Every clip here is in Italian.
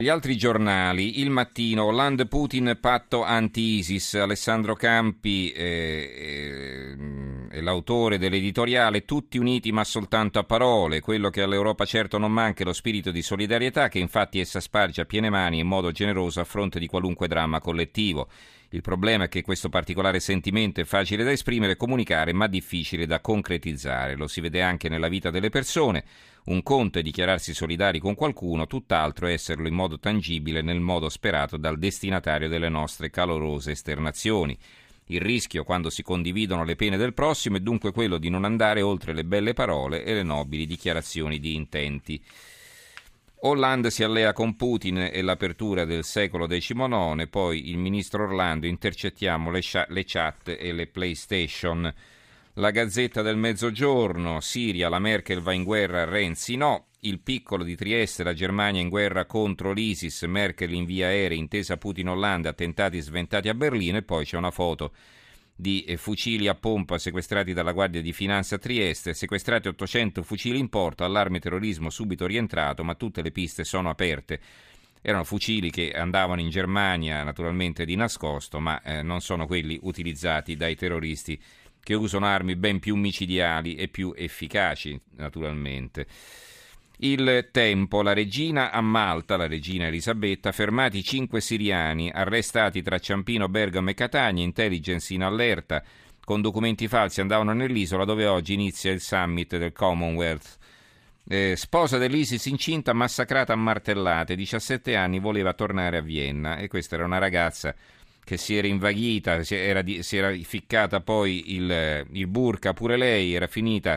Gli altri giornali, Il Mattino, Hollande Putin patto anti-ISIS, Alessandro Campi è l'autore dell'editoriale, tutti uniti ma soltanto a parole, quello che all'Europa certo non manca è lo spirito di solidarietà che infatti essa sparge a piene mani in modo generoso a fronte di qualunque dramma collettivo. Il problema è che questo particolare sentimento è facile da esprimere e comunicare, ma difficile da concretizzare. Lo si vede anche nella vita delle persone. Un conto è dichiararsi solidari con qualcuno, tutt'altro è esserlo in modo tangibile nel modo sperato dal destinatario delle nostre calorose esternazioni. Il rischio, quando si condividono le pene del prossimo, è dunque quello di non andare oltre le belle parole e le nobili dichiarazioni di intenti. Hollande si allea con Putin e l'apertura del secolo XIX, poi il ministro Orlando, intercettiamo le chat e le PlayStation. La Gazzetta del Mezzogiorno, Siria, la Merkel va in guerra, Renzi no. Il Piccolo di Trieste, la Germania in guerra contro l'ISIS, Merkel invia aerei, intesa Putin-Hollande, attentati sventati a Berlino, e poi c'è una foto di fucili a pompa sequestrati dalla Guardia di Finanza a Trieste, sequestrati 800 fucili in porto, allarme terrorismo subito rientrato, ma tutte le piste sono aperte. Erano fucili che andavano in Germania naturalmente di nascosto, ma non sono quelli utilizzati dai terroristi che usano armi ben più micidiali e più efficaci, naturalmente. Il Tempo, la regina a Malta, la regina Elisabetta, fermati 5 siriani, arrestati tra Ciampino, Bergamo e Catania, intelligence in allerta, con documenti falsi andavano nell'isola dove oggi inizia il summit del Commonwealth. Sposa dell'ISIS incinta, massacrata a martellate, 17 anni, voleva tornare a Vienna, e questa era una ragazza che si era invaghita, si era ficcata poi il burka, pure lei era finita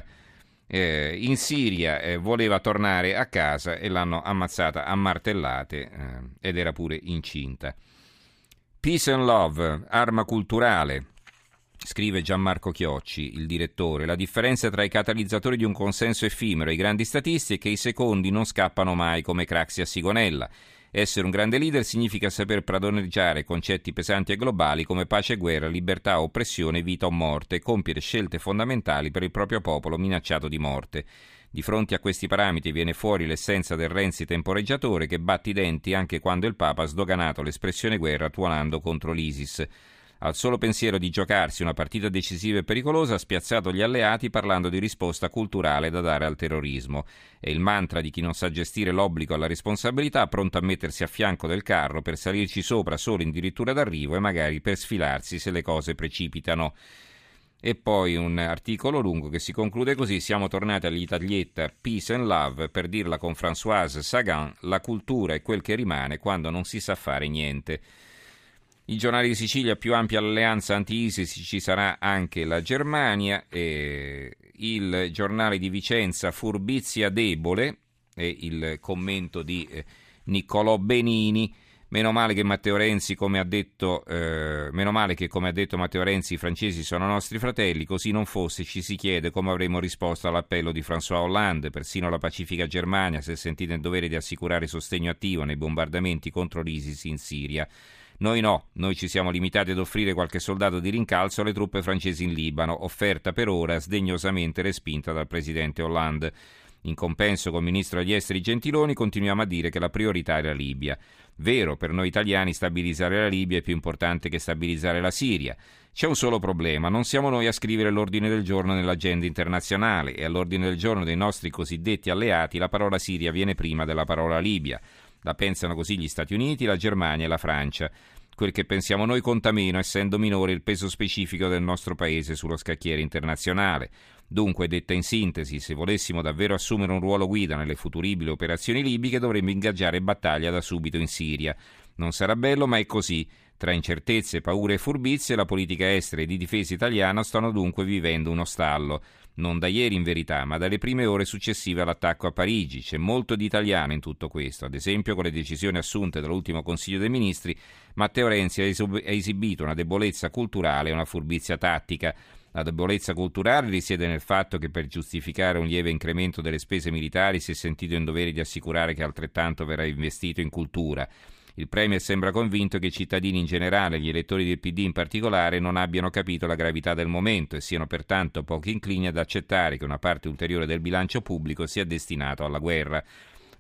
in Siria, voleva tornare a casa e l'hanno ammazzata a martellate ed era pure incinta. Peace and Love, arma culturale, scrive Gianmarco Chiocci, il direttore. La differenza tra i catalizzatori di un consenso effimero e i grandi statisti è che i secondi non scappano mai come Craxi a Sigonella. Essere un grande leader significa saper padroneggiare concetti pesanti e globali come pace e guerra, libertà, oppressione, vita o morte, e compiere scelte fondamentali per il proprio popolo minacciato di morte. Di fronte a questi parametri viene fuori l'essenza del Renzi temporeggiatore che batte i denti anche quando il Papa ha sdoganato l'espressione guerra tuonando contro l'ISIS. Al solo pensiero di giocarsi una partita decisiva e pericolosa ha spiazzato gli alleati parlando di risposta culturale da dare al terrorismo. È il mantra di chi non sa gestire l'obbligo alla responsabilità, pronto a mettersi a fianco del carro per salirci sopra solo in dirittura d'arrivo e magari per sfilarsi se le cose precipitano. E poi un articolo lungo che si conclude così: siamo tornati all'italietta Peace and Love, per dirla con Françoise Sagan, la cultura è quel che rimane quando non si sa fare niente. I giornali di Sicilia, più ampia alleanza anti-ISIS, ci sarà anche la Germania. Il giornale di Vicenza, furbizia debole, e il commento di Niccolò Benini. Meno male che Matteo Renzi, come ha detto Matteo Renzi, i francesi sono nostri fratelli, così non fosse ci si chiede come avremmo risposto all'appello di François Hollande. Persino la pacifica Germania si è sentita in dovere di assicurare sostegno attivo nei bombardamenti contro l'ISIS in Siria. Noi no, noi ci siamo limitati ad offrire qualche soldato di rincalzo alle truppe francesi in Libano, offerta per ora sdegnosamente respinta dal presidente Hollande. In compenso, col ministro degli esteri Gentiloni continuiamo a dire che la priorità è la Libia. Vero, per noi italiani stabilizzare la Libia è più importante che stabilizzare la Siria. C'è un solo problema: non siamo noi a scrivere l'ordine del giorno nell'agenda internazionale, e all'ordine del giorno dei nostri cosiddetti alleati la parola Siria viene prima della parola Libia. La pensano così gli Stati Uniti, la Germania e la Francia. Quel che pensiamo noi conta meno, essendo minore il peso specifico del nostro paese sullo scacchiere internazionale. Dunque, detta in sintesi, se volessimo davvero assumere un ruolo guida nelle futuribili operazioni libiche, dovremmo ingaggiare battaglia da subito in Siria. Non sarà bello, ma è così. Tra incertezze, paure e furbizie, la politica estera e di difesa italiana stanno dunque vivendo uno stallo. Non da ieri in verità, ma dalle prime ore successive all'attacco a Parigi. C'è molto di italiano in tutto questo. Ad esempio, con le decisioni assunte dall'ultimo Consiglio dei Ministri, Matteo Renzi ha esibito una debolezza culturale e una furbizia tattica. La debolezza culturale risiede nel fatto che per giustificare un lieve incremento delle spese militari si è sentito in dovere di assicurare che altrettanto verrà investito in cultura. Il Premier sembra convinto che i cittadini in generale, gli elettori del PD in particolare, non abbiano capito la gravità del momento e siano pertanto poco inclini ad accettare che una parte ulteriore del bilancio pubblico sia destinato alla guerra.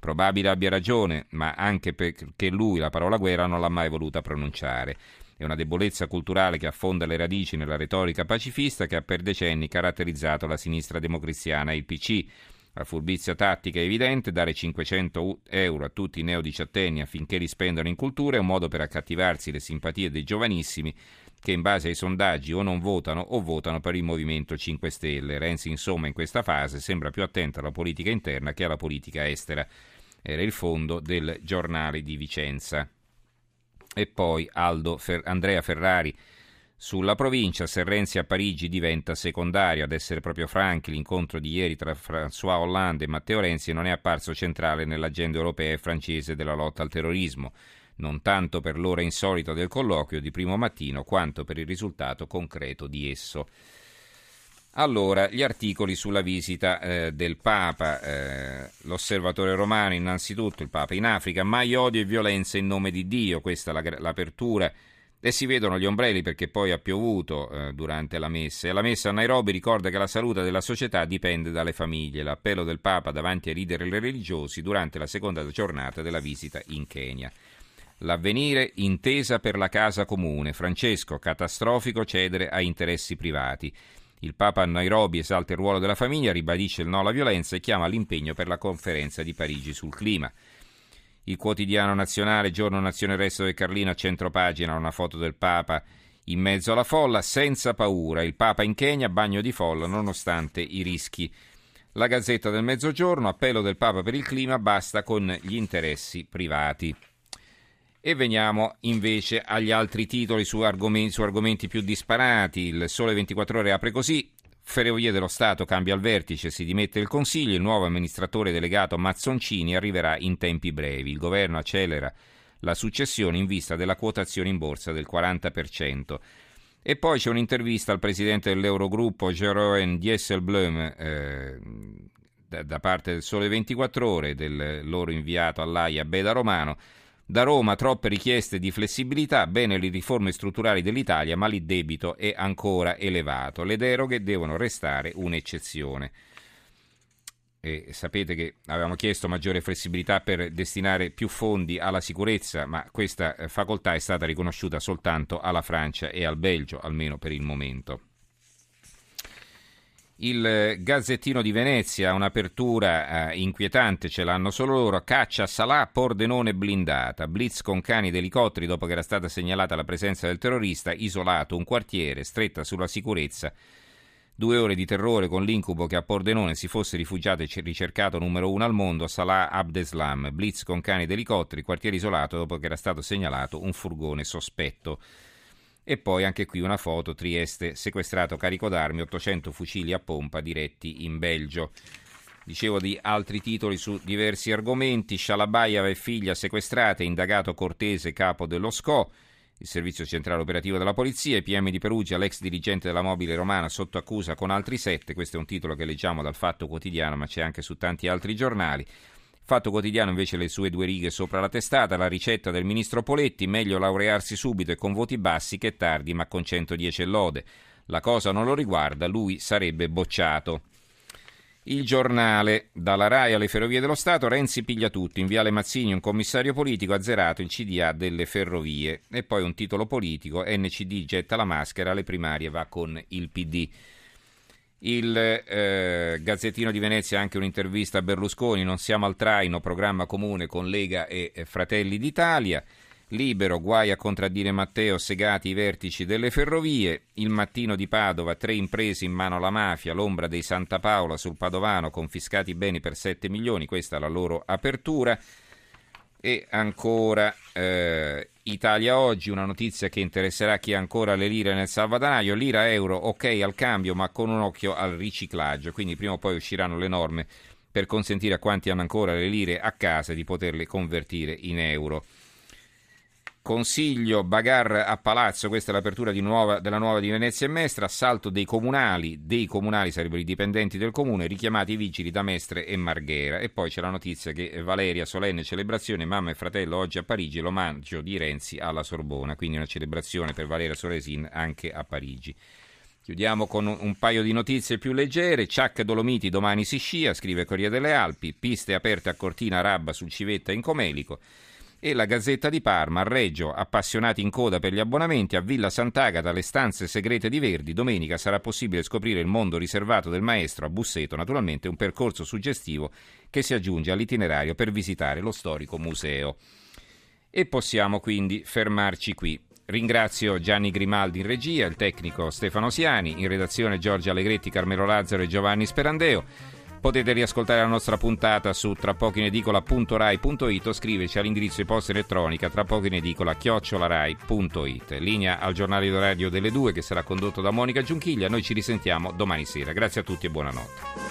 Probabile abbia ragione, ma anche perché lui la parola guerra non l'ha mai voluta pronunciare. È una debolezza culturale che affonda le radici nella retorica pacifista che ha per decenni caratterizzato la sinistra democristiana e il PC. La furbizia tattica è evidente: dare 500 euro a tutti i neodiciottenni affinché li spendano in cultura è un modo per accattivarsi le simpatie dei giovanissimi che in base ai sondaggi o non votano o votano per il Movimento 5 Stelle. Renzi, insomma, in questa fase sembra più attento alla politica interna che alla politica estera. Era il fondo del Giornale di Vicenza. E poi Andrea Ferrari sulla provincia: se Renzi a Parigi diventa secondario. Ad essere proprio franchi, l'incontro di ieri tra François Hollande e Matteo Renzi non è apparso centrale nell'agenda europea e francese della lotta al terrorismo, non tanto per l'ora insolita del colloquio di primo mattino, quanto per il risultato concreto di esso. Allora, gli articoli sulla visita del Papa, l'Osservatore Romano, innanzitutto il Papa in Africa, mai odio e violenza in nome di Dio, questa è l'apertura, e si vedono gli ombrelli perché poi ha piovuto durante la messa, e la messa a Nairobi ricorda che la salute della società dipende dalle famiglie, l'appello del Papa davanti ai leader religiosi durante la seconda giornata della visita in Kenya. L'Avvenire, intesa per la casa comune, Francesco, catastrofico cedere a interessi privati. Il Papa a Nairobi esalta il ruolo della famiglia, ribadisce il no alla violenza e chiama all'impegno per la conferenza di Parigi sul clima. Il Quotidiano Nazionale, Giorno, Nazione, Resto del Carlino, a centropagina una foto del Papa in mezzo alla folla, senza paura. Il Papa in Kenya, bagno di folla nonostante i rischi. La Gazzetta del Mezzogiorno, appello del Papa per il clima, basta con gli interessi privati. E veniamo invece agli altri titoli su argomenti più disparati. Il Sole 24 Ore apre così: Ferrovie dello Stato cambia il vertice, si dimette il Consiglio, il nuovo amministratore delegato Mazzoncini arriverà in tempi brevi. Il governo accelera la successione in vista della quotazione in borsa del 40%. E poi c'è un'intervista al presidente dell'Eurogruppo, Jeroen Dijsselbloem, da parte del Sole 24 Ore, del loro inviato all'AIA Beda Romano. Da Roma troppe richieste di flessibilità, bene le riforme strutturali dell'Italia, ma il debito è ancora elevato. Le deroghe devono restare un'eccezione. E sapete che avevamo chiesto maggiore flessibilità per destinare più fondi alla sicurezza, ma questa facoltà è stata riconosciuta soltanto alla Francia e al Belgio, almeno per il momento. Il Gazzettino di Venezia, un'apertura inquietante, ce l'hanno solo loro: caccia a Salah, Pordenone blindata, blitz con cani ed elicotteri dopo che era stata segnalata la presenza del terrorista, isolato un quartiere, stretta sulla sicurezza, 2 ore di terrore con l'incubo che a Pordenone si fosse rifugiato e ricercato numero 1 al mondo Salah Abdeslam, blitz con cani ed elicotteri, quartiere isolato dopo che era stato segnalato un furgone sospetto. E poi anche qui una foto: Trieste, sequestrato carico d'armi, 800 fucili a pompa diretti in Belgio. Dicevo di altri titoli su diversi argomenti. Shalabayeva e figlia sequestrate, indagato Cortese, capo dello SCO, il servizio centrale operativo della polizia. I PM di Perugia, l'ex dirigente della Mobile Romana sotto accusa con altri 7. Questo è un titolo che leggiamo dal Fatto Quotidiano, ma c'è anche su tanti altri giornali. Fatto Quotidiano invece le sue 2 righe sopra la testata: la ricetta del ministro Poletti, meglio laurearsi subito e con voti bassi che tardi ma con 110 lode. La cosa non lo riguarda, lui sarebbe bocciato. Il Giornale, dalla RAI alle Ferrovie dello Stato, Renzi piglia tutto, in Viale Mazzini un commissario politico, azzerato il CDA delle ferrovie. E poi un titolo politico: NCD getta la maschera, alle primarie va con il PD. Il Gazzettino di Venezia, anche un'intervista a Berlusconi: non siamo al traino, programma comune con Lega e Fratelli d'Italia. Libero, guai a contraddire Matteo, segati i vertici delle ferrovie. Il Mattino di Padova, 3 imprese in mano alla mafia, l'ombra dei Santa Paola sul Padovano, confiscati i beni per 7 milioni, questa è la loro apertura. E ancora Italia Oggi, una notizia che interesserà chi ha ancora le lire nel salvadanaio: lira euro ok al cambio ma con un occhio al riciclaggio, quindi prima o poi usciranno le norme per consentire a quanti hanno ancora le lire a casa di poterle convertire in euro. Consiglio, bagarre a Palazzo, questa è l'apertura della nuova di Venezia e Mestre. Assalto dei comunali sarebbero i dipendenti del comune, richiamati i vigili da Mestre e Marghera. E poi c'è la notizia che Valeria, solenne celebrazione, mamma e fratello oggi a Parigi, l'omaggio di Renzi alla Sorbona, quindi una celebrazione per Valeria Solesin anche a Parigi. Chiudiamo con un paio di notizie più leggere. Ciak e Dolomiti, domani si scia, scrive Corriere delle Alpi. Piste aperte a Cortina Rabba sul Civetta in Comelico. E la Gazzetta di Parma, a Reggio, appassionati in coda per gli abbonamenti, a Villa Sant'Agata, le stanze segrete di Verdi. Domenica sarà possibile scoprire il mondo riservato del maestro a Busseto, naturalmente un percorso suggestivo che si aggiunge all'itinerario per visitare lo storico museo. E possiamo quindi fermarci qui. Ringrazio Gianni Grimaldi in regia, il tecnico Stefano Siani, in redazione Giorgia Allegretti, Carmelo Lazzaro e Giovanni Sperandeo. Potete riascoltare la nostra puntata su trapocoinedicola.rai.it o scriverci all'indirizzo di posta elettronica trapocoinedicola@rai.it. Linea al giornale radio delle 2 che sarà condotto da Monica Giunchiglia. Noi ci risentiamo domani sera. Grazie a tutti e buonanotte.